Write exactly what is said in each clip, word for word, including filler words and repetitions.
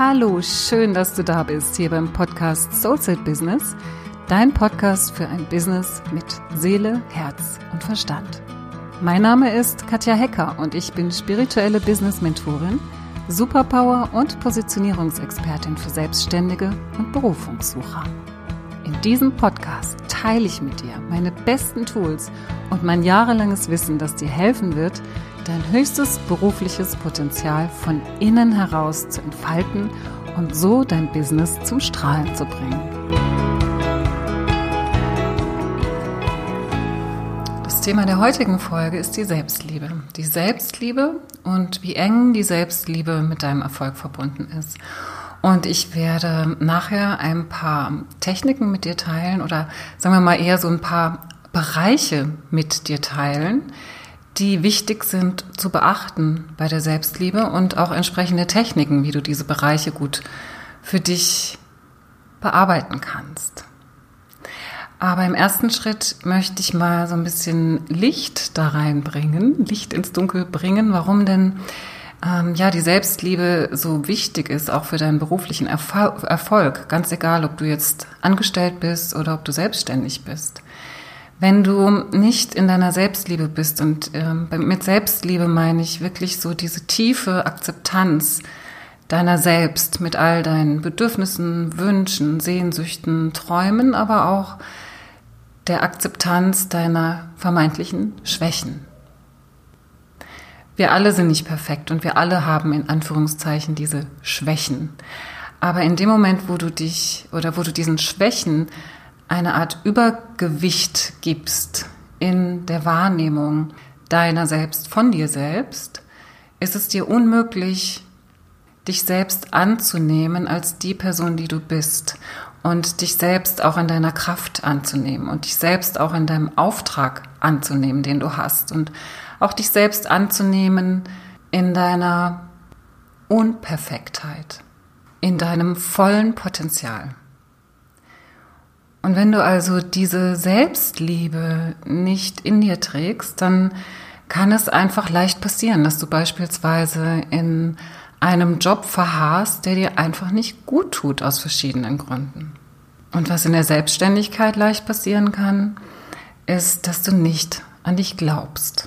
Hallo, schön, dass du da bist, hier beim Podcast Soulset Business, dein Podcast für ein Business mit Seele, Herz und Verstand. Mein Name ist Katja Hecker und ich bin spirituelle Business-Mentorin, Superpower- und Positionierungsexpertin für Selbstständige und Berufungssucher. In diesem Podcast teile ich mit dir meine besten Tools und mein jahrelanges Wissen, das dir helfen wird, dein höchstes berufliches Potenzial von innen heraus zu entfalten und so dein Business zum Strahlen zu bringen. Das Thema der heutigen Folge ist die Selbstliebe. Die Selbstliebe und wie eng die Selbstliebe mit deinem Erfolg verbunden ist. Und ich werde nachher ein paar Techniken mit dir teilen oder sagen wir mal eher so ein paar Bereiche mit dir teilen, die wichtig sind zu beachten bei der Selbstliebe und auch entsprechende Techniken, wie du diese Bereiche gut für dich bearbeiten kannst. Aber im ersten Schritt möchte ich mal so ein bisschen Licht da reinbringen, Licht ins Dunkel bringen, warum denn ähm, ja die Selbstliebe so wichtig ist, auch für deinen beruflichen Erfol- Erfolg, ganz egal, ob du jetzt angestellt bist oder ob du selbstständig bist. Wenn du nicht in deiner Selbstliebe bist, und ähm, mit Selbstliebe meine ich wirklich so diese tiefe Akzeptanz deiner selbst mit all deinen Bedürfnissen, Wünschen, Sehnsüchten, Träumen, aber auch der Akzeptanz deiner vermeintlichen Schwächen. Wir alle sind nicht perfekt und wir alle haben in Anführungszeichen diese Schwächen. Aber in dem Moment, wo du dich oder wo du diesen Schwächen eine Art Übergewicht gibst in der Wahrnehmung deiner selbst, von dir selbst, ist es dir unmöglich, dich selbst anzunehmen als die Person, die du bist und dich selbst auch in deiner Kraft anzunehmen und dich selbst auch in deinem Auftrag anzunehmen, den du hast und auch dich selbst anzunehmen in deiner Unperfektheit, in deinem vollen Potenzial. Und wenn du also diese Selbstliebe nicht in dir trägst, dann kann es einfach leicht passieren, dass du beispielsweise in einem Job verharrst, der dir einfach nicht gut tut aus verschiedenen Gründen. Und was in der Selbstständigkeit leicht passieren kann, ist, dass du nicht an dich glaubst.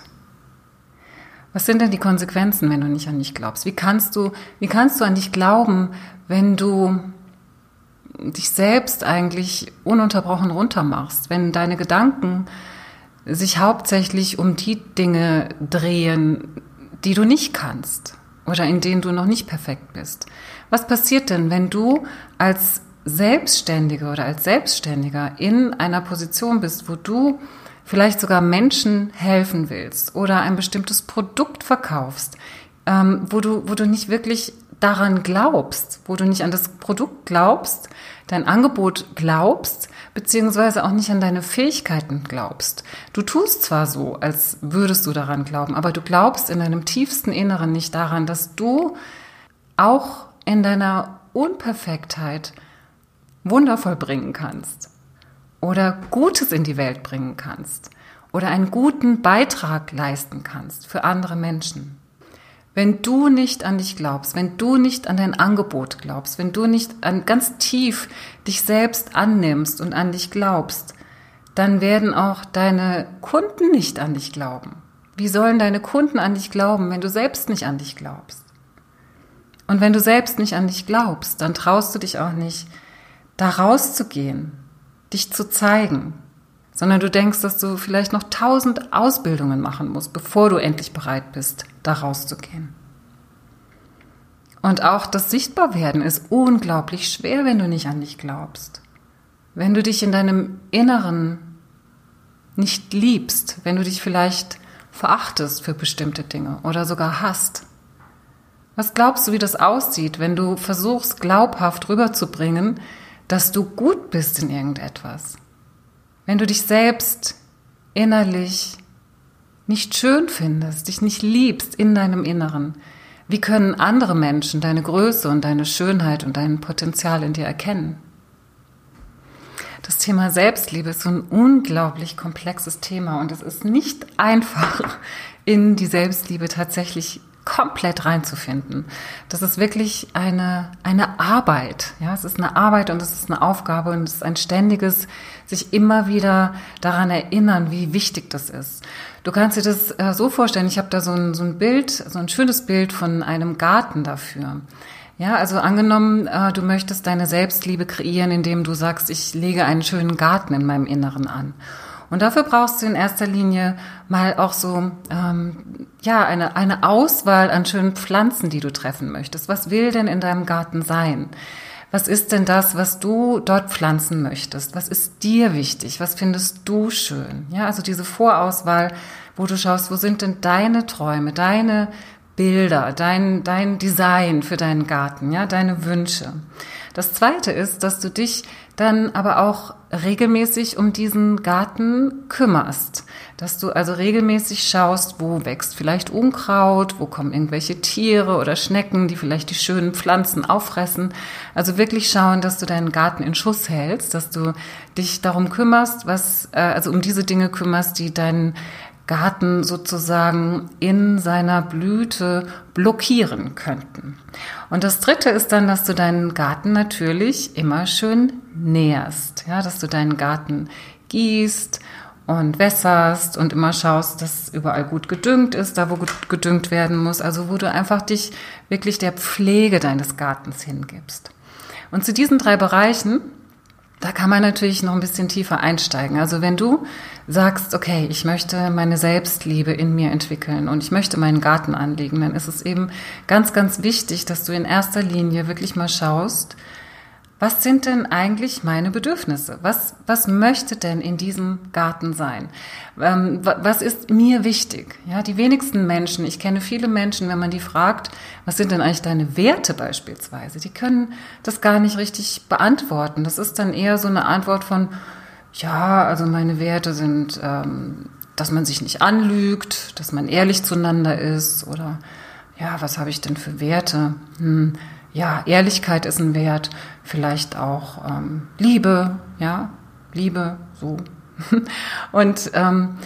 Was sind denn die Konsequenzen, wenn du nicht an dich glaubst? Wie kannst du, wie kannst du an dich glauben, wenn du dich selbst eigentlich ununterbrochen runtermachst, wenn deine Gedanken sich hauptsächlich um die Dinge drehen, die du nicht kannst oder in denen du noch nicht perfekt bist? Was passiert denn, wenn du als Selbstständige oder als Selbstständiger in einer Position bist, wo du vielleicht sogar Menschen helfen willst oder ein bestimmtes Produkt verkaufst, ähm, wo du, wo du nicht wirklich daran glaubst, wo du nicht an das Produkt glaubst, dein Angebot glaubst, beziehungsweise auch nicht an deine Fähigkeiten glaubst. Du tust zwar so, als würdest du daran glauben, aber du glaubst in deinem tiefsten Inneren nicht daran, dass du auch in deiner Unperfektheit Wunder vollbringen kannst oder Gutes in die Welt bringen kannst oder einen guten Beitrag leisten kannst für andere Menschen. Wenn du nicht an dich glaubst, wenn du nicht an dein Angebot glaubst, wenn du nicht an, ganz tief dich selbst annimmst und an dich glaubst, dann werden auch deine Kunden nicht an dich glauben. Wie sollen deine Kunden an dich glauben, wenn du selbst nicht an dich glaubst? Und wenn du selbst nicht an dich glaubst, dann traust du dich auch nicht, da rauszugehen, dich zu zeigen, sondern du denkst, dass du vielleicht noch tausend Ausbildungen machen musst, bevor du endlich bereit bist, da rauszugehen. Und auch das Sichtbarwerden ist unglaublich schwer, wenn du nicht an dich glaubst. Wenn du dich in deinem Inneren nicht liebst, wenn du dich vielleicht verachtest für bestimmte Dinge oder sogar hasst. Was glaubst du, wie das aussieht, wenn du versuchst, glaubhaft rüberzubringen, dass du gut bist in irgendetwas? Wenn du dich selbst innerlich nicht schön findest, dich nicht liebst in deinem Inneren, wie können andere Menschen deine Größe und deine Schönheit und dein Potenzial in dir erkennen? Das Thema Selbstliebe ist so ein unglaublich komplexes Thema und es ist nicht einfach, in die Selbstliebe tatsächlich komplett reinzufinden. Das ist wirklich eine, eine Arbeit. Ja, es ist eine Arbeit und es ist eine Aufgabe und es ist ein ständiges, sich immer wieder daran erinnern, wie wichtig das ist. Du kannst dir das äh, so vorstellen, ich habe da so ein, so ein Bild, so ein schönes Bild von einem Garten dafür. Ja, also angenommen, äh, du möchtest deine Selbstliebe kreieren, indem du sagst, ich lege einen schönen Garten in meinem Inneren an. Und dafür brauchst du in erster Linie mal auch so ähm, ja eine eine Auswahl an schönen Pflanzen, die du treffen möchtest. Was will denn in deinem Garten sein? Was ist denn das, was du dort pflanzen möchtest? Was ist dir wichtig? Was findest du schön? Ja, also diese Vorauswahl, wo du schaust, wo sind denn deine Träume, deine Bilder, dein, dein Design für deinen Garten, ja, deine Wünsche. Das Zweite ist, dass du dich dann aber auch regelmäßig um diesen Garten kümmerst. Dass du also regelmäßig schaust, wo wächst vielleicht Unkraut, wo kommen irgendwelche Tiere oder Schnecken, die vielleicht die schönen Pflanzen auffressen. Also wirklich schauen, dass du deinen Garten in Schuss hältst, dass du dich darum kümmerst, was, äh, also um diese Dinge kümmerst, die deinen Garten sozusagen in seiner Blüte blockieren könnten. Und das Dritte ist dann, dass du deinen Garten natürlich immer schön nährst, ja, dass du deinen Garten gießt und wässerst und immer schaust, dass überall gut gedüngt ist, da wo gut gedüngt werden muss, also wo du einfach dich wirklich der Pflege deines Gartens hingibst. Und zu diesen drei Bereichen, da kann man natürlich noch ein bisschen tiefer einsteigen. Also wenn du sagst, okay, ich möchte meine Selbstliebe in mir entwickeln und ich möchte meinen Garten anlegen, dann ist es eben ganz, ganz wichtig, dass du in erster Linie wirklich mal schaust, was sind denn eigentlich meine Bedürfnisse? Was, was möchte denn in diesem Garten sein? Ähm, was ist mir wichtig? Ja, die wenigsten Menschen, ich kenne viele Menschen, wenn man die fragt, was sind denn eigentlich deine Werte beispielsweise? Die können das gar nicht richtig beantworten. Das ist dann eher so eine Antwort von, ja, also meine Werte sind, ähm, dass man sich nicht anlügt, dass man ehrlich zueinander ist oder ja, was habe ich denn für Werte? Hm, ja, Ehrlichkeit ist ein Wert, vielleicht auch ähm, Liebe, ja, Liebe, so. Und ähm,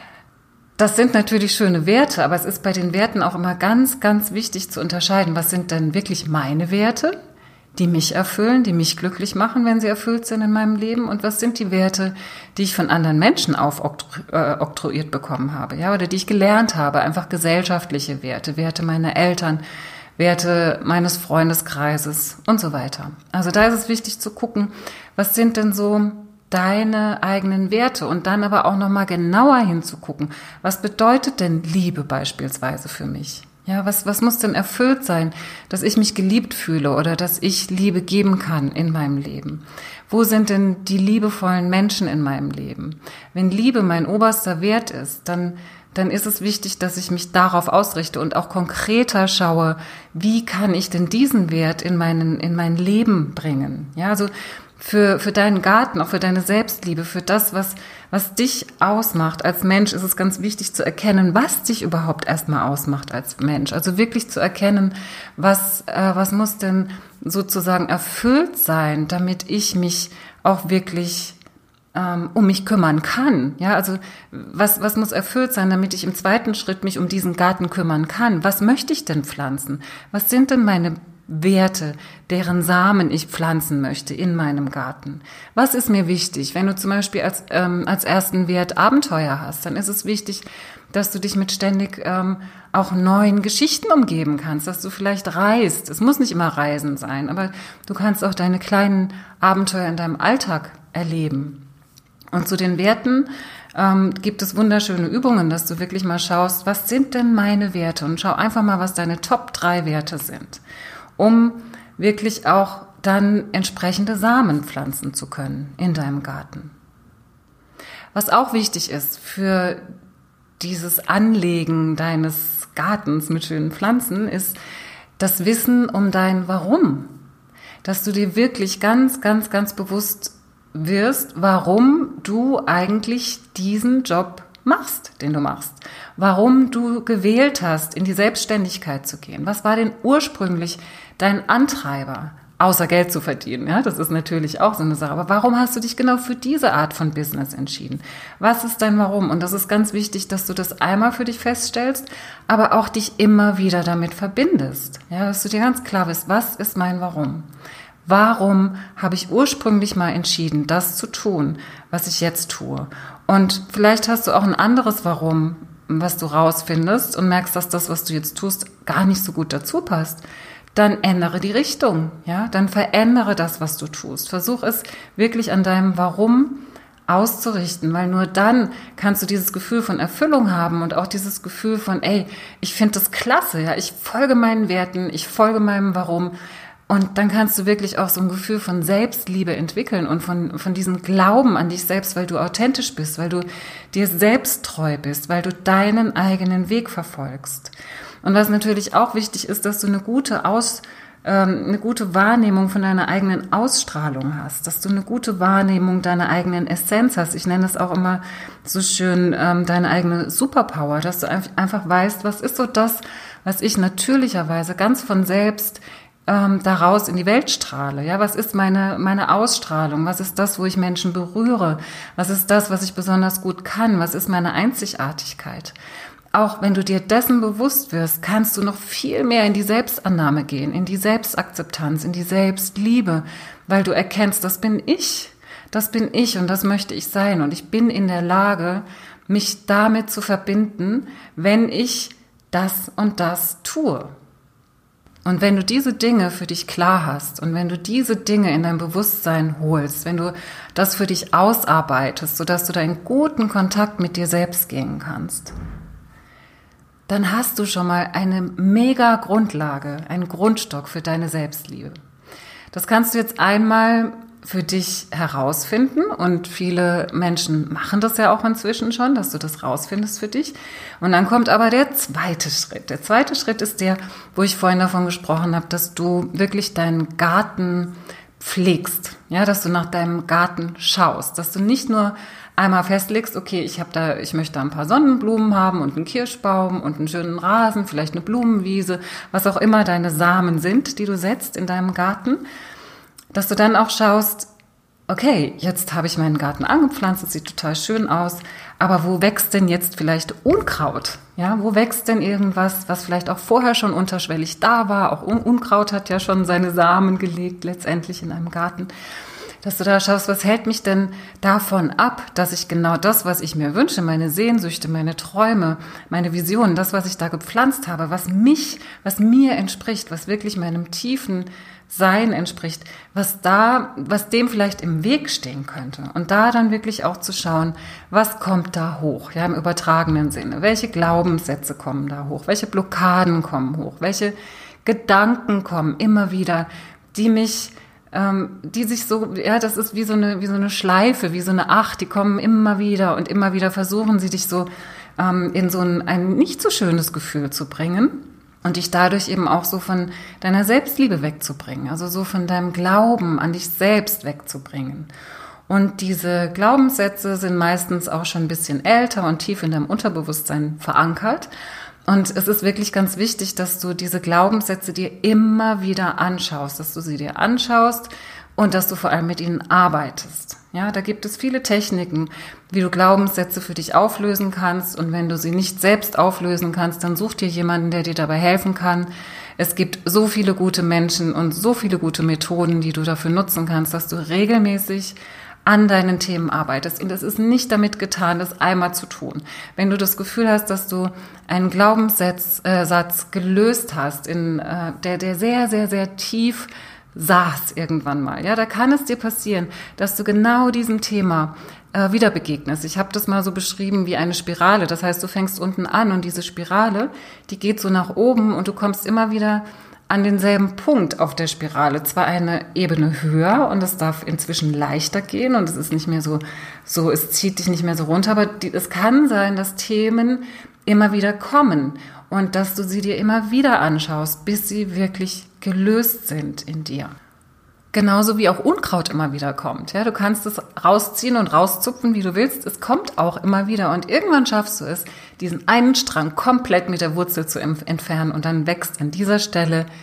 das sind natürlich schöne Werte, aber es ist bei den Werten auch immer ganz, ganz wichtig zu unterscheiden, was sind denn wirklich meine Werte, die mich erfüllen, die mich glücklich machen, wenn sie erfüllt sind in meinem Leben, und was sind die Werte, die ich von anderen Menschen aufoktroyiert bekommen habe, ja, oder die ich gelernt habe, einfach gesellschaftliche Werte, Werte meiner Eltern, Werte meines Freundeskreises und so weiter. Also da ist es wichtig zu gucken, was sind denn so deine eigenen Werte und dann aber auch nochmal genauer hinzugucken, was bedeutet denn Liebe beispielsweise für mich? Ja, was, was muss denn erfüllt sein, dass ich mich geliebt fühle oder dass ich Liebe geben kann in meinem Leben? Wo sind denn die liebevollen Menschen in meinem Leben? Wenn Liebe mein oberster Wert ist, dann dann ist es wichtig, dass ich mich darauf ausrichte und auch konkreter schaue, wie kann ich denn diesen Wert in meinen, in mein Leben bringen? Ja, also für, für deinen Garten, auch für deine Selbstliebe, für das, was, was dich ausmacht als Mensch, ist es ganz wichtig zu erkennen, was dich überhaupt erstmal ausmacht als Mensch. Also wirklich zu erkennen, was, äh, was muss denn sozusagen erfüllt sein, damit ich mich auch wirklich um mich kümmern kann. Ja, also was, was muss erfüllt sein, damit ich im zweiten Schritt mich um diesen Garten kümmern kann? Was möchte ich denn pflanzen? Was sind denn meine Werte, deren Samen ich pflanzen möchte in meinem Garten? Was ist mir wichtig? Wenn du zum Beispiel als, ähm, als ersten Wert Abenteuer hast, dann ist es wichtig, dass du dich mit ständig ähm, auch neuen Geschichten umgeben kannst, dass du vielleicht reist. Es muss nicht immer Reisen sein, aber du kannst auch deine kleinen Abenteuer in deinem Alltag erleben. Und zu den Werten ähm, gibt es wunderschöne Übungen, dass du wirklich mal schaust, was sind denn meine Werte? Und schau einfach mal, was deine Top drei Werte sind, um wirklich auch dann entsprechende Samen pflanzen zu können in deinem Garten. Was auch wichtig ist für dieses Anlegen deines Gartens mit schönen Pflanzen, ist das Wissen um dein Warum. Dass du dir wirklich ganz, ganz, ganz bewusst wirst, warum du eigentlich diesen Job machst, den du machst. Warum du gewählt hast, in die Selbstständigkeit zu gehen. Was war denn ursprünglich dein Antreiber, außer Geld zu verdienen. Ja, das ist natürlich auch so eine Sache. Aber warum hast du dich genau für diese Art von Business entschieden? Was ist dein Warum? Und das ist ganz wichtig, dass du das einmal für dich feststellst, aber auch dich immer wieder damit verbindest. Ja, dass du dir ganz klar bist, was ist mein Warum? Warum habe ich ursprünglich mal entschieden, das zu tun, was ich jetzt tue? Und vielleicht hast du auch ein anderes Warum, was du rausfindest und merkst, dass das, was du jetzt tust, gar nicht so gut dazu passt. Dann ändere die Richtung, ja, dann verändere das, was du tust. Versuch es wirklich an deinem Warum auszurichten, weil nur dann kannst du dieses Gefühl von Erfüllung haben und auch dieses Gefühl von, ey, ich finde das klasse, ja, ich folge meinen Werten, ich folge meinem Warum. Und dann kannst du wirklich auch so ein Gefühl von Selbstliebe entwickeln und von, von diesem Glauben an dich selbst, weil du authentisch bist, weil du dir selbst treu bist, weil du deinen eigenen Weg verfolgst. Und was natürlich auch wichtig ist, dass du eine gute Aus, ähm, eine gute Wahrnehmung von deiner eigenen Ausstrahlung hast, dass du eine gute Wahrnehmung deiner eigenen Essenz hast. Ich nenne es auch immer so schön ähm, deine eigene Superpower, dass du einfach weißt, was ist so das, was ich natürlicherweise ganz von selbst ähm, daraus in die Welt strahle. Ja, was ist meine meine Ausstrahlung? Was ist das, wo ich Menschen berühre? Was ist das, was ich besonders gut kann? Was ist meine Einzigartigkeit? Auch wenn du dir dessen bewusst wirst, kannst du noch viel mehr in die Selbstannahme gehen, in die Selbstakzeptanz, in die Selbstliebe, weil du erkennst, das bin ich, das bin ich und das möchte ich sein. Und ich bin in der Lage, mich damit zu verbinden, wenn ich das und das tue. Und wenn du diese Dinge für dich klar hast und wenn du diese Dinge in dein Bewusstsein holst, wenn du das für dich ausarbeitest, sodass du da in guten Kontakt mit dir selbst gehen kannst, dann hast du schon mal eine mega Grundlage, einen Grundstock für deine Selbstliebe. Das kannst du jetzt einmal für dich herausfinden und viele Menschen machen das ja auch inzwischen schon, dass du das rausfindest für dich. Und dann kommt aber der zweite Schritt. Der zweite Schritt ist der, wo ich vorhin davon gesprochen habe, dass du wirklich deinen Garten pflegst, ja, dass du nach deinem Garten schaust, dass du nicht nur einmal festlegst, okay, ich habe da, ich möchte da ein paar Sonnenblumen haben und einen Kirschbaum und einen schönen Rasen, vielleicht eine Blumenwiese, was auch immer deine Samen sind, die du setzt in deinem Garten, dass du dann auch schaust, okay, jetzt habe ich meinen Garten angepflanzt, es sieht total schön aus, aber wo wächst denn jetzt vielleicht Unkraut? Ja, wo wächst denn irgendwas, was vielleicht auch vorher schon unterschwellig da war? Auch Unkraut hat ja schon seine Samen gelegt, letztendlich in einem Garten. Dass du da schaust, was hält mich denn davon ab, dass ich genau das, was ich mir wünsche, meine Sehnsüchte, meine Träume, meine Visionen, das, was ich da gepflanzt habe, was mich, was mir entspricht, was wirklich meinem tiefen Sein entspricht, was da, was dem vielleicht im Weg stehen könnte. Und da dann wirklich auch zu schauen, was kommt da hoch, ja, im übertragenen Sinne. Welche Glaubenssätze kommen da hoch? Welche Blockaden kommen hoch? Welche Gedanken kommen immer wieder, die mich die sich so, ja, das ist wie so eine, wie so eine Schleife, wie so eine Acht, die kommen immer wieder und immer wieder versuchen sie dich so ähm, in so ein, ein nicht so schönes Gefühl zu bringen und dich dadurch eben auch so von deiner Selbstliebe wegzubringen, also so von deinem Glauben an dich selbst wegzubringen. Und diese Glaubenssätze sind meistens auch schon ein bisschen älter und tief in deinem Unterbewusstsein verankert. Und es ist wirklich ganz wichtig, dass du diese Glaubenssätze dir immer wieder anschaust, dass du sie dir anschaust und dass du vor allem mit ihnen arbeitest. Ja, da gibt es viele Techniken, wie du Glaubenssätze für dich auflösen kannst. Und wenn du sie nicht selbst auflösen kannst, dann such dir jemanden, der dir dabei helfen kann. Es gibt so viele gute Menschen und so viele gute Methoden, die du dafür nutzen kannst, dass du regelmäßig an deinen Themen arbeitest. Und es ist nicht damit getan, das einmal zu tun. Wenn du das Gefühl hast, dass du einen Glaubenssatz äh, Satz gelöst hast, in, äh, der, der sehr, sehr, sehr tief saß irgendwann mal, ja, da kann es dir passieren, dass du genau diesem Thema äh, wieder begegnest. Ich habe das mal so beschrieben wie eine Spirale. Das heißt, du fängst unten an und diese Spirale, die geht so nach oben und du kommst immer wieder an denselben Punkt auf der Spirale, zwar eine Ebene höher und es darf inzwischen leichter gehen und es ist nicht mehr so, so es zieht dich nicht mehr so runter, aber die, es kann sein, dass Themen immer wieder kommen und dass du sie dir immer wieder anschaust, bis sie wirklich gelöst sind in dir. Genauso wie auch Unkraut immer wieder kommt. Ja, du kannst es rausziehen und rauszupfen, wie du willst. Es kommt auch immer wieder. Und irgendwann schaffst du es, diesen einen Strang komplett mit der Wurzel zu entfernen. Und dann wächst an dieser Stelle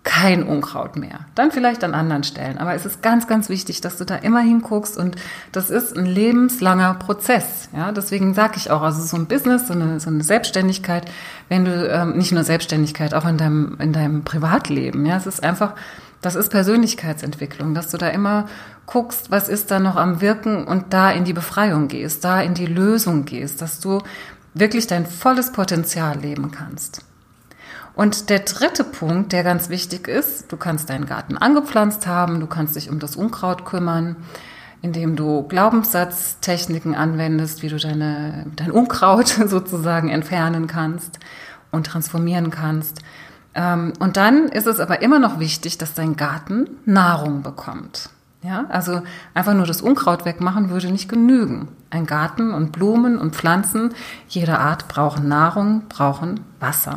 kein Unkraut mehr. Dann vielleicht an anderen Stellen. Aber es ist ganz, ganz wichtig, dass du da immer hinguckst und das ist ein lebenslanger Prozess. Ja, deswegen sage ich auch, also so ein Business, so eine, so eine Selbstständigkeit, wenn du, ähm, nicht nur Selbstständigkeit, auch in deinem, in deinem Privatleben. Ja, es ist einfach, das ist Persönlichkeitsentwicklung, dass du da immer guckst, was ist da noch am Wirken und da in die Befreiung gehst, da in die Lösung gehst, dass du wirklich dein volles Potenzial leben kannst. Und der dritte Punkt, der ganz wichtig ist, du kannst deinen Garten angepflanzt haben, du kannst dich um das Unkraut kümmern, indem du Glaubenssatztechniken anwendest, wie du deine, dein Unkraut sozusagen entfernen kannst und transformieren kannst. Und dann ist es aber immer noch wichtig, dass dein Garten Nahrung bekommt. Ja, also einfach nur das Unkraut wegmachen würde nicht genügen. Ein Garten und Blumen und Pflanzen jeder Art brauchen Nahrung, brauchen Wasser.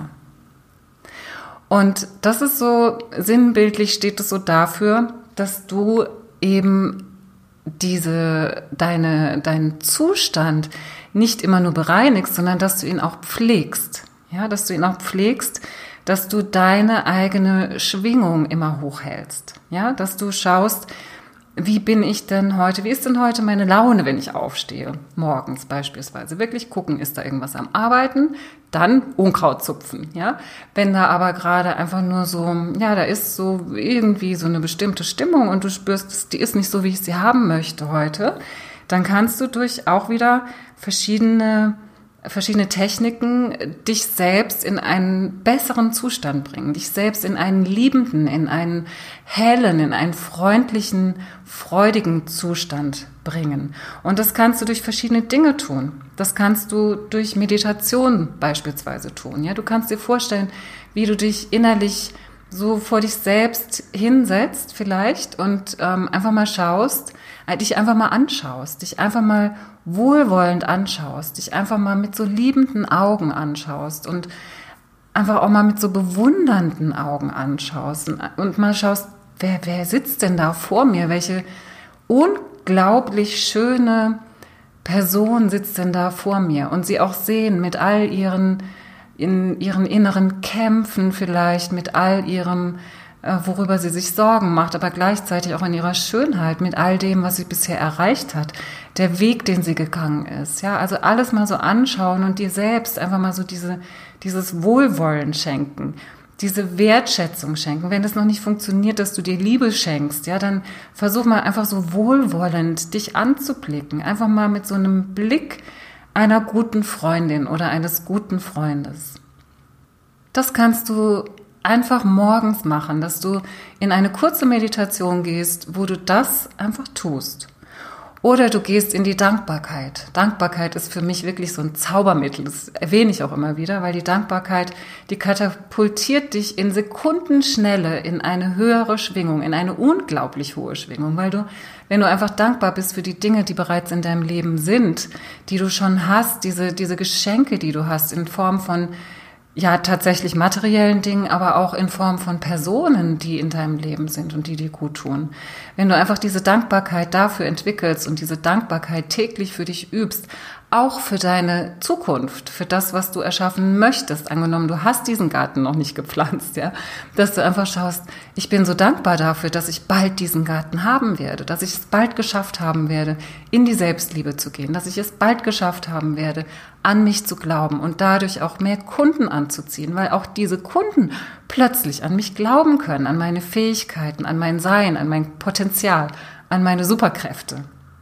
Und das ist so, sinnbildlich steht es so dafür, dass du eben diese, deine, deinen Zustand nicht immer nur bereinigst, sondern dass du ihn auch pflegst. Ja, dass du ihn auch pflegst, dass du deine eigene Schwingung immer hochhältst. Ja, dass du schaust, wie bin ich denn heute, wie ist denn heute meine Laune, wenn ich aufstehe? Morgens beispielsweise. Wirklich gucken, ist da irgendwas am Arbeiten? Dann Unkraut zupfen, ja. Wenn da aber gerade einfach nur so, ja, da ist so irgendwie so eine bestimmte Stimmung und du spürst, die ist nicht so, wie ich sie haben möchte heute, dann kannst du durch auch wieder verschiedene verschiedene Techniken dich selbst in einen besseren Zustand bringen, dich selbst in einen liebenden, in einen hellen, in einen freundlichen, freudigen Zustand bringen. Und das kannst du durch verschiedene Dinge tun. Das kannst du durch Meditation beispielsweise tun. Ja, du kannst dir vorstellen, wie du dich innerlich so vor dich selbst hinsetzt vielleicht und ähm, einfach mal schaust, dich einfach mal anschaust, dich einfach mal wohlwollend anschaust, dich einfach mal mit so liebenden Augen anschaust und einfach auch mal mit so bewundernden Augen anschaust und, und mal schaust, wer, wer sitzt denn da vor mir? Welche unglaublich schöne Person sitzt denn da vor mir? Und sie auch sehen mit all ihren, in ihren inneren Kämpfen vielleicht, mit all ihrem, worüber sie sich Sorgen macht, aber gleichzeitig auch in ihrer Schönheit, mit all dem, was sie bisher erreicht hat, der Weg, den sie gegangen ist. Ja, also alles mal so anschauen und dir selbst einfach mal so diese, dieses Wohlwollen schenken, diese Wertschätzung schenken. Wenn das noch nicht funktioniert, dass du dir Liebe schenkst, ja, dann versuch mal einfach so wohlwollend dich anzublicken, einfach mal mit so einem Blick einer guten Freundin oder eines guten Freundes. Das kannst du einfach morgens machen, dass du in eine kurze Meditation gehst, wo du das einfach tust. Oder du gehst in die Dankbarkeit. Dankbarkeit ist für mich wirklich so ein Zaubermittel. Das erwähne ich auch immer wieder, weil die Dankbarkeit, die katapultiert dich in Sekundenschnelle in eine höhere Schwingung, in eine unglaublich hohe Schwingung, weil du, wenn du einfach dankbar bist für die Dinge, die bereits in deinem Leben sind, die du schon hast, diese, diese Geschenke, die du hast in Form von ja, tatsächlich materiellen Dingen, aber auch in Form von Personen, die in deinem Leben sind und die dir gut tun. Wenn du einfach diese Dankbarkeit dafür entwickelst und diese Dankbarkeit täglich für dich übst, auch für deine Zukunft, für das, was du erschaffen möchtest, angenommen, du hast diesen Garten noch nicht gepflanzt, ja, dass du einfach schaust, ich bin so dankbar dafür, dass ich bald diesen Garten haben werde, dass ich es bald geschafft haben werde, in die Selbstliebe zu gehen, dass ich es bald geschafft haben werde, an mich zu glauben und dadurch auch mehr Kunden anzuziehen, weil auch diese Kunden plötzlich an mich glauben können, an meine Fähigkeiten, an mein Sein, an mein Potenzial, an meine Superkräfte.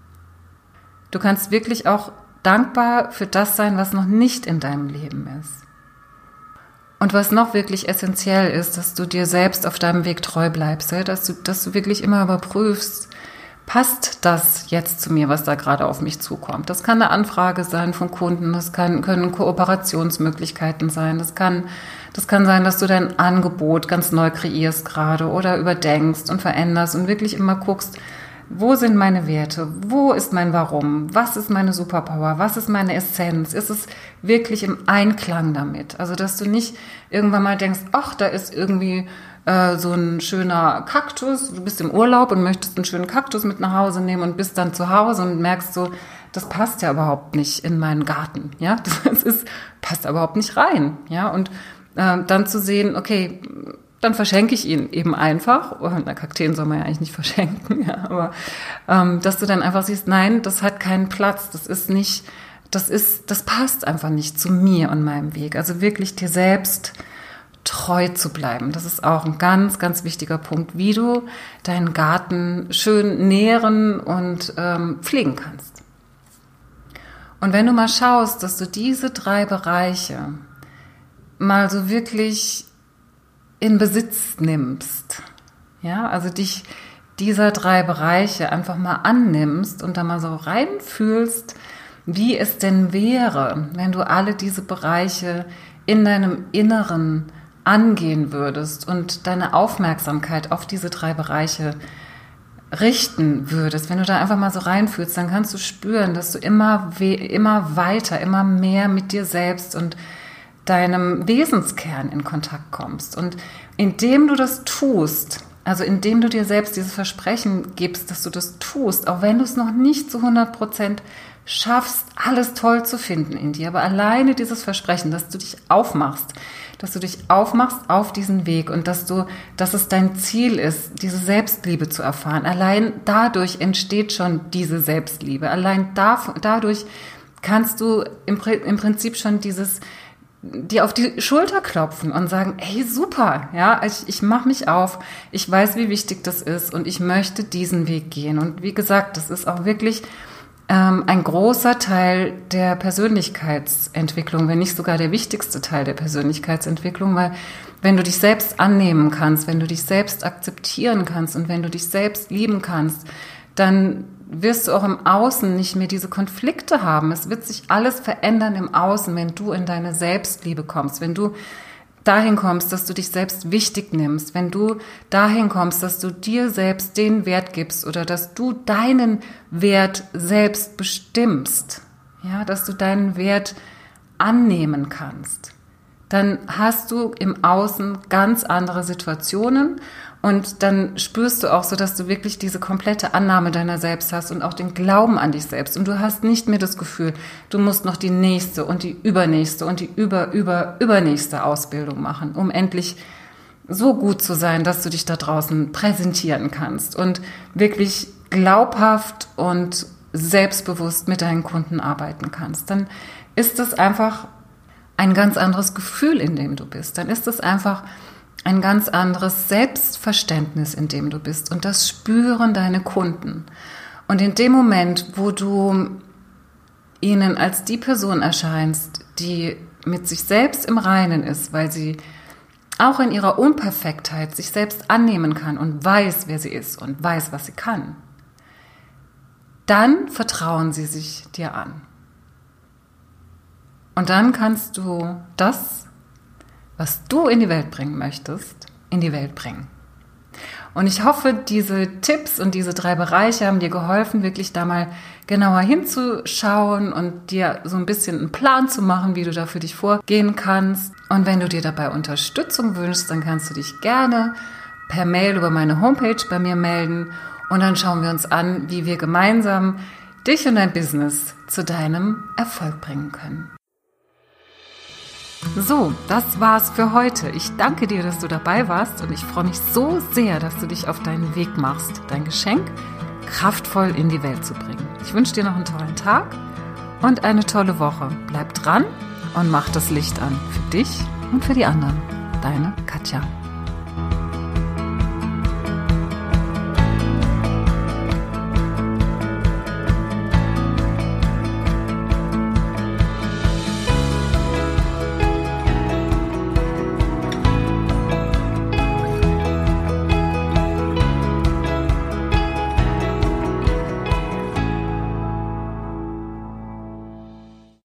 Du kannst wirklich auch dankbar für das sein, was noch nicht in deinem Leben ist. Und was noch wirklich essentiell ist, dass du dir selbst auf deinem Weg treu bleibst, dass du, dass du wirklich immer überprüfst, passt das jetzt zu mir, was da gerade auf mich zukommt? Das kann eine Anfrage sein von Kunden, das kann, können Kooperationsmöglichkeiten sein, das kann, das kann sein, dass du dein Angebot ganz neu kreierst gerade oder überdenkst und veränderst und wirklich immer guckst, wo sind meine Werte? Wo ist mein Warum? Was ist meine Superpower? Was ist meine Essenz? Ist es wirklich im Einklang damit? Also, dass du nicht irgendwann mal denkst, ach, da ist irgendwie äh, so ein schöner Kaktus. Du bist im Urlaub und möchtest einen schönen Kaktus mit nach Hause nehmen und bist dann zu Hause und merkst so, das passt ja überhaupt nicht in meinen Garten. Ja, das ist, passt überhaupt nicht rein. Ja, und äh, dann zu sehen, okay, dann verschenke ich ihn eben einfach. Na, Kakteen soll man ja eigentlich nicht verschenken, ja, aber ähm, dass du dann einfach siehst, nein, das hat keinen Platz, das ist nicht, das ist, das passt einfach nicht zu mir und meinem Weg. Also wirklich dir selbst treu zu bleiben. Das ist auch ein ganz, ganz wichtiger Punkt, wie du deinen Garten schön nähren und ähm, pflegen kannst. Und wenn du mal schaust, dass du diese drei Bereiche mal so wirklich in Besitz nimmst, ja, also dich dieser drei Bereiche einfach mal annimmst und da mal so reinfühlst, wie es denn wäre, wenn du alle diese Bereiche in deinem Inneren angehen würdest und deine Aufmerksamkeit auf diese drei Bereiche richten würdest, wenn du da einfach mal so reinfühlst, dann kannst du spüren, dass du immer, we- immer weiter, immer mehr mit dir selbst und deinem Wesenskern in Kontakt kommst. Und indem du das tust, also indem du dir selbst dieses Versprechen gibst, dass du das tust, auch wenn du es noch nicht zu hundert Prozent schaffst, alles toll zu finden in dir, aber alleine dieses Versprechen, dass du dich aufmachst, dass du dich aufmachst auf diesen Weg und dass du, dass es dein Ziel ist, diese Selbstliebe zu erfahren. Allein dadurch entsteht schon diese Selbstliebe. Allein da, dadurch kannst du im, im Prinzip schon dieses dir auf die Schulter klopfen und sagen, hey, super, ja, ich, ich mache mich auf, ich weiß, wie wichtig das ist und ich möchte diesen Weg gehen. Und wie gesagt, das ist auch wirklich ähm, ein großer Teil der Persönlichkeitsentwicklung, wenn nicht sogar der wichtigste Teil der Persönlichkeitsentwicklung, weil wenn du dich selbst annehmen kannst, wenn du dich selbst akzeptieren kannst und wenn du dich selbst lieben kannst, dann wirst du auch im Außen nicht mehr diese Konflikte haben. Es wird sich alles verändern im Außen, wenn du in deine Selbstliebe kommst, wenn du dahin kommst, dass du dich selbst wichtig nimmst, wenn du dahin kommst, dass du dir selbst den Wert gibst oder dass du deinen Wert selbst bestimmst, ja, dass du deinen Wert annehmen kannst, dann hast du im Außen ganz andere Situationen und dann spürst du auch so, dass du wirklich diese komplette Annahme deiner selbst hast und auch den Glauben an dich selbst. Und du hast nicht mehr das Gefühl, du musst noch die nächste und die übernächste und die über, über, übernächste Ausbildung machen, um endlich so gut zu sein, dass du dich da draußen präsentieren kannst und wirklich glaubhaft und selbstbewusst mit deinen Kunden arbeiten kannst. Dann ist es einfach ein ganz anderes Gefühl, in dem du bist. Dann ist es einfach ein ganz anderes Selbstverständnis, in dem du bist. Und das spüren deine Kunden. Und in dem Moment, wo du ihnen als die Person erscheinst, die mit sich selbst im Reinen ist, weil sie auch in ihrer Unperfektheit sich selbst annehmen kann und weiß, wer sie ist und weiß, was sie kann, dann vertrauen sie sich dir an. Und dann kannst du das, was du in die Welt bringen möchtest, in die Welt bringen. Und ich hoffe, diese Tipps und diese drei Bereiche haben dir geholfen, wirklich da mal genauer hinzuschauen und dir so ein bisschen einen Plan zu machen, wie du da für dich vorgehen kannst. Und wenn du dir dabei Unterstützung wünschst, dann kannst du dich gerne per Mail über meine Homepage bei mir melden und dann schauen wir uns an, wie wir gemeinsam dich und dein Business zu deinem Erfolg bringen können. So, das war's für heute. Ich danke dir, dass du dabei warst und ich freue mich so sehr, dass du dich auf deinen Weg machst, dein Geschenk kraftvoll in die Welt zu bringen. Ich wünsche dir noch einen tollen Tag und eine tolle Woche. Bleib dran und mach das Licht an für dich und für die anderen. Deine Katja.